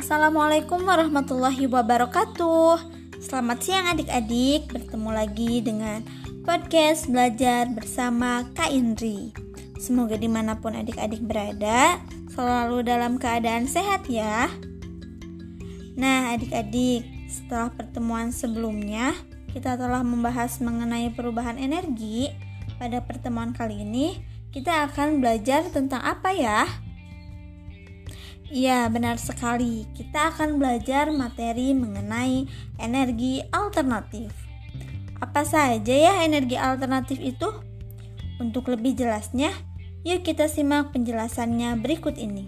Assalamualaikum warahmatullahi wabarakatuh. Selamat siang adik-adik, bertemu lagi dengan podcast belajar bersama Kak Indri. Semoga dimanapun adik-adik berada, selalu dalam keadaan sehat ya. Nah adik-adik, setelah pertemuan sebelumnya, kita telah membahas mengenai perubahan energi. Pada pertemuan kali ini, kita akan belajar tentang apa ya? Iya, benar sekali. Kita akan belajar materi mengenai energi alternatif. Apa saja ya energi alternatif itu? Untuk lebih jelasnya, yuk kita simak penjelasannya berikut ini.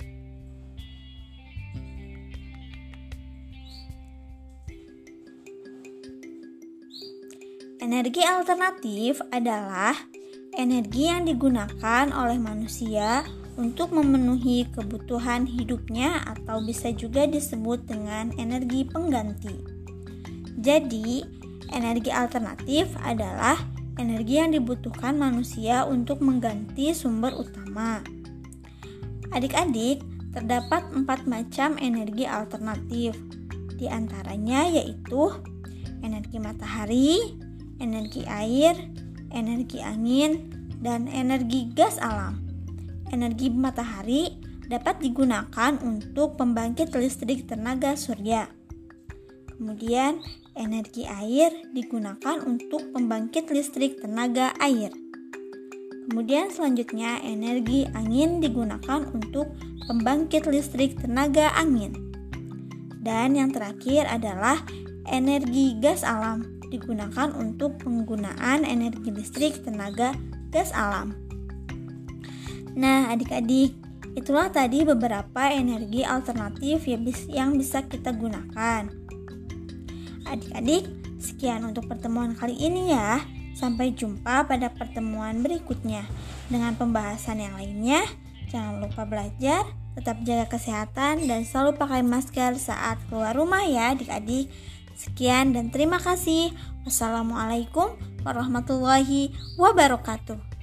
Energi alternatif adalah energi yang digunakan oleh manusia untuk memenuhi kebutuhan hidupnya atau bisa juga disebut dengan energi pengganti. Jadi, energi alternatif adalah energi yang dibutuhkan manusia untuk mengganti sumber utama. Adik-adik, terdapat 4 macam energi alternatif. Di antaranya yaitu energi matahari, energi air, energi angin, dan energi gas alam. Energi matahari dapat digunakan untuk pembangkit listrik tenaga surya. Kemudian, energi air digunakan untuk pembangkit listrik tenaga air. Kemudian selanjutnya, energi angin digunakan untuk pembangkit listrik tenaga angin. Dan yang terakhir adalah energi gas alam, digunakan untuk penggunaan energi listrik tenaga gas alam. Nah adik-adik, itulah tadi beberapa energi alternatif yang bisa kita gunakan. Adik-adik, sekian untuk pertemuan kali ini ya. Sampai jumpa pada pertemuan berikutnya dengan pembahasan yang lainnya. Jangan lupa belajar, tetap jaga kesehatan, dan selalu pakai masker saat keluar rumah ya adik-adik. Sekian dan terima kasih. Wassalamualaikum warahmatullahi wabarakatuh.